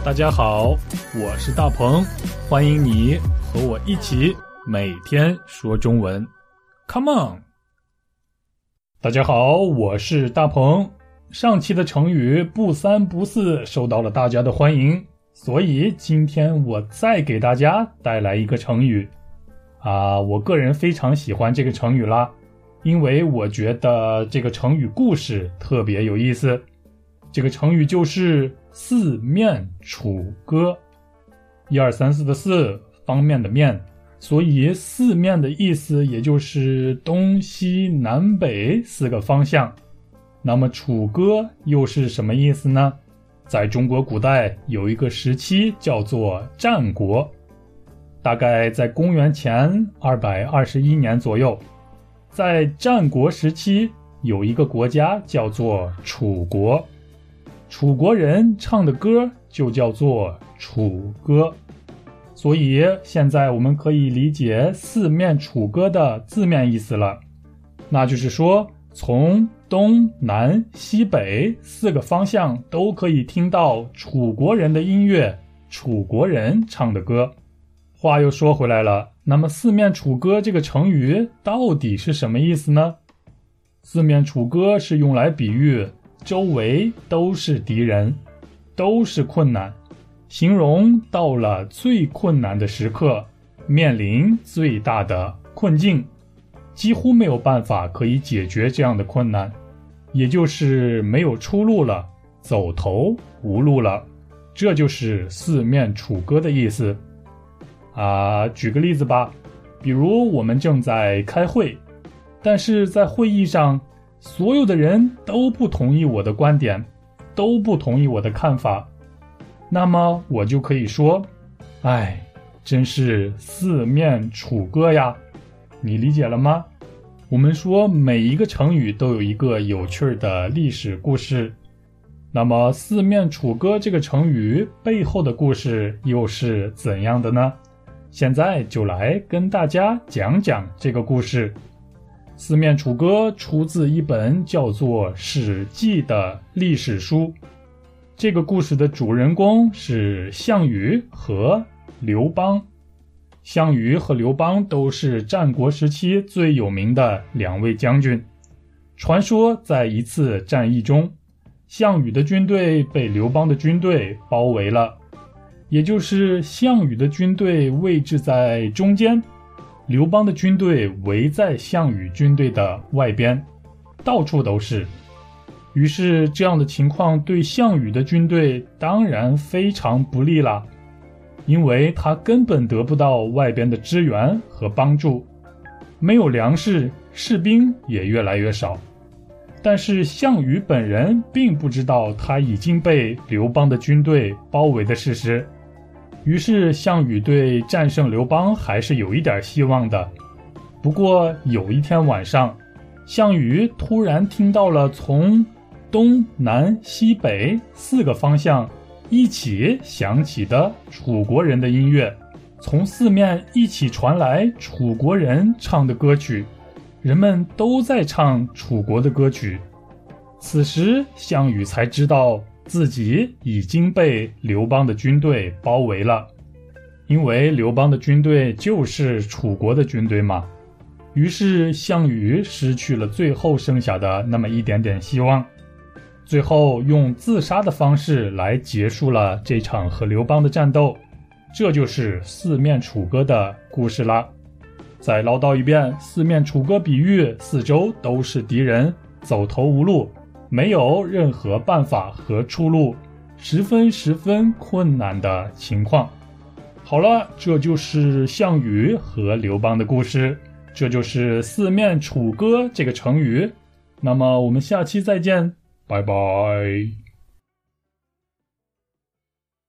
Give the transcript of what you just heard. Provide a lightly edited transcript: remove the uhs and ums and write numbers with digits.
大家好，我是大鹏，欢迎你和我一起每天说中文 Come on。 大家好，我是大鹏。上期的成语不三不四受到了大家的欢迎，所以今天我再给大家带来一个成语我个人非常喜欢这个成语啦，因为我觉得这个成语故事特别有意思。这个成语就是四面楚歌，一二三四的四，方面的面，所以四面的意思也就是东西南北四个方向。那么楚歌又是什么意思呢？在中国古代有一个时期叫做战国，大概在公元前221年左右。在战国时期有一个国家叫做楚国，楚国人唱的歌就叫做楚歌，所以现在我们可以理解四面楚歌的字面意思了，那就是说从东南西北四个方向都可以听到楚国人的音乐，楚国人唱的歌。话又说回来了，那么四面楚歌这个成语到底是什么意思呢？四面楚歌是用来比喻周围都是敌人，都是困难，形容到了最困难的时刻，面临最大的困境，几乎没有办法可以解决这样的困难，也就是没有出路了，走投无路了，这就是四面楚歌的意思。举个例子吧，比如我们正在开会，但是在会议上所有的人都不同意我的观点，都不同意我的看法，那么我就可以说，真是四面楚歌呀。你理解了吗？我们说每一个成语都有一个有趣的历史故事，那么四面楚歌这个成语背后的故事又是怎样的呢？现在就来跟大家讲讲这个故事。四面楚歌出自一本叫做《史记》的历史书，这个故事的主人公是项羽和刘邦。项羽和刘邦都是战国时期最有名的两位将军。传说在一次战役中，项羽的军队被刘邦的军队包围了，也就是项羽的军队位置在中间，刘邦的军队围在项羽军队的外边，到处都是。于是这样的情况对项羽的军队当然非常不利了，因为他根本得不到外边的支援和帮助，没有粮食，士兵也越来越少。但是项羽本人并不知道他已经被刘邦的军队包围的事实，于是项羽对战胜刘邦还是有一点希望的。不过有一天晚上，项羽突然听到了从东南西北四个方向一起响起的楚国人的音乐，从四面一起传来楚国人唱的歌曲，人们都在唱楚国的歌曲。此时项羽才知道自己已经被刘邦的军队包围了，因为刘邦的军队就是楚国的军队嘛。于是项羽失去了最后剩下的那么一点点希望，最后用自杀的方式来结束了这场和刘邦的战斗。这就是四面楚歌的故事啦。再唠叨一遍，四面楚歌比喻四周都是敌人，走投无路，没有任何办法和出路，十分困难的情况。好了，这就是项羽和刘邦的故事，这就是四面楚歌这个成语。那么我们下期再见，拜拜。